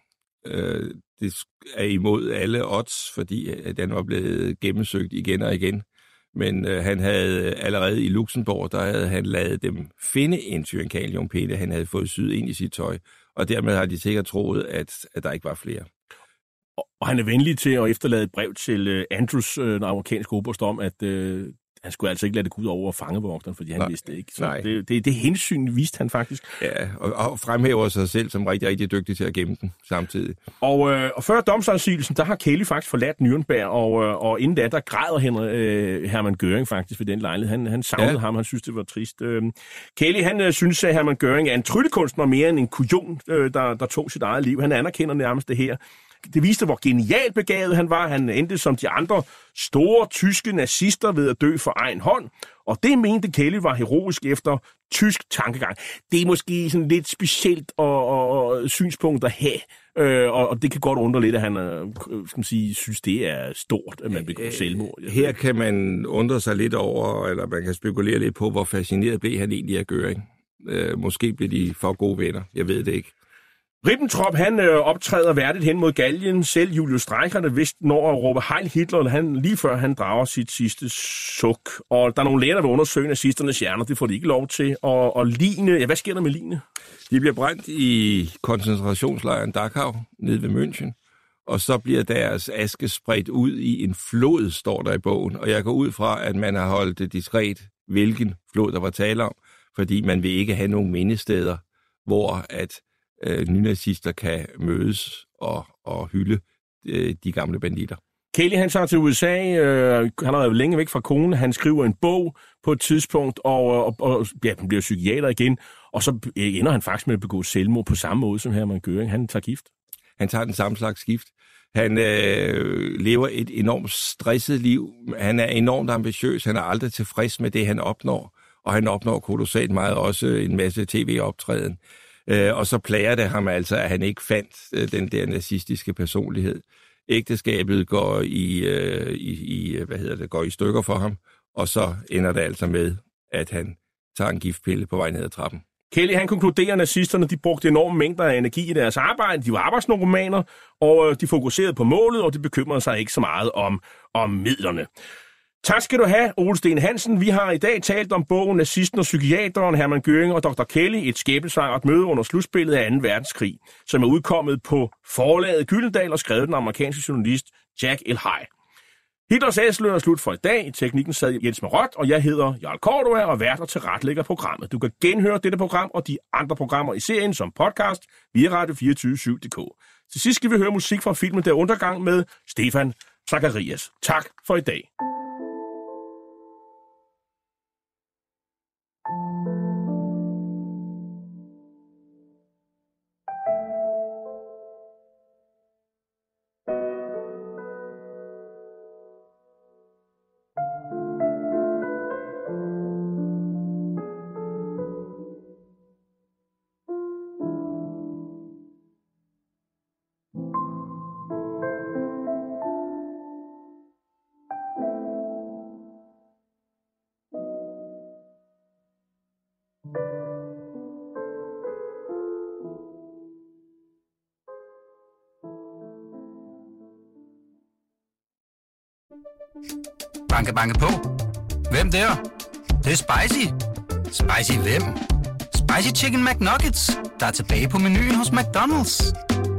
Det er imod alle odds, fordi den var blevet gennemsøgt igen og igen. Men han havde allerede i Luxembourg, der havde han ladet dem finde en cyankaliumpille, han havde fået syet ind i sit tøj. Og dermed har de sikkert troet, at der ikke var flere. Og han er venlig til at efterlade et brev til Andrews, den amerikanske oberst, om, at han skulle altså ikke lade det gå ud over fangevogteren, fordi han vidste det ikke. Så det hensyn viste han faktisk. Ja, og fremhæver sig selv som rigtig, rigtig dygtig til at gemme den samtidig. Og før domsafsigelsen, der har Kelly faktisk forladt Nürnberg, og inden da, der græder Hermann Göring faktisk ved den lejlighed. Han savnede ham, han synes, det var trist. Kelly, han synes, at Hermann Göring er en tryllekunstner mere end en kujon, der tog sit eget liv. Han anerkender nærmest det her. Det viste, hvor genialt begavet han var. Han endte som de andre store tyske nazister ved at dø for egen hånd. Og det mente Kelly var heroisk efter tysk tankegang. Det er måske sådan lidt specielt og synspunkt at have. Og det kan godt undre lidt, at han synes, det er stort, at man begår selvmord. Her kan man undre sig lidt over, eller man kan spekulere lidt på, hvor fascineret blev han egentlig af Göring. Måske blev de for gode venner. Jeg ved det ikke. Ribbentrop, han optræder værdigt hen mod Gallien. Selv Julius Streicher, der vist når at råbe Heil Hitler, lige før han drager sit sidste suk. Og der er nogle læger, der vil undersøge nazisternes hjerner. Det får de ikke lov til. Og ligene, ja, hvad sker der med ligene? De bliver brændt i koncentrationslejren Dachau nede ved München. Og så bliver deres aske spredt ud i en flod, står der i bogen. Og jeg går ud fra, at man har holdt det diskret, hvilken flod der var tale om. Fordi man vil ikke have nogle mindesteder, hvor at nynazister kan mødes og hylde de gamle banditter. Kelly, han tager til USA. Han har været længe væk fra kone. Han skriver en bog på et tidspunkt, og han bliver psykiater igen. Og så ender han faktisk med at begå selvmord på samme måde som Hermann Göring. Han tager gift. Han tager den samme slags gift. Han lever et enormt stresset liv. Han er enormt ambitiøs. Han er aldrig tilfreds med det, han opnår. Og han opnår kolossalt meget også en masse tv-optræden. Og så plager det ham altså, at han ikke fandt den der nazistiske personlighed. Ægteskabet går går i stykker for ham, og så ender det altså med, at han tager en giftpille på vej ned ad trappen. Kelly, han konkluderer, at nazisterne de brugte enorme mængder af energi i deres arbejde. De var arbejdsnarkomaner, og de fokuserede på målet, og de bekymrede sig ikke så meget om midlerne. Tak skal du have, Ole Steen Hansen. Vi har i dag talt om bogen Nazisten og psykiateren Hermann Göring og Dr. Kelly, et skæbnesvangert møde under slutspillet af 2. verdenskrig, som er udkommet på forlaget Gyldendal og skrevet den amerikanske journalist Jack L. High. Hitlers Æseløer er slut for i dag. I teknikken sad Jens Marot, og jeg hedder Jarl Cordua og vært og tilretlægger programmet. Du kan genhøre dette program og de andre programmer i serien som podcast via radio247.dk. Til sidst skal vi høre musik fra filmen Der Undergang med Stefan Zacharias. Tak for i dag. Banke, banke på. Hvem der? Det er spicy. Spicy hvem? Spicy Chicken McNuggets, der er tilbage på menuen hos McDonald's.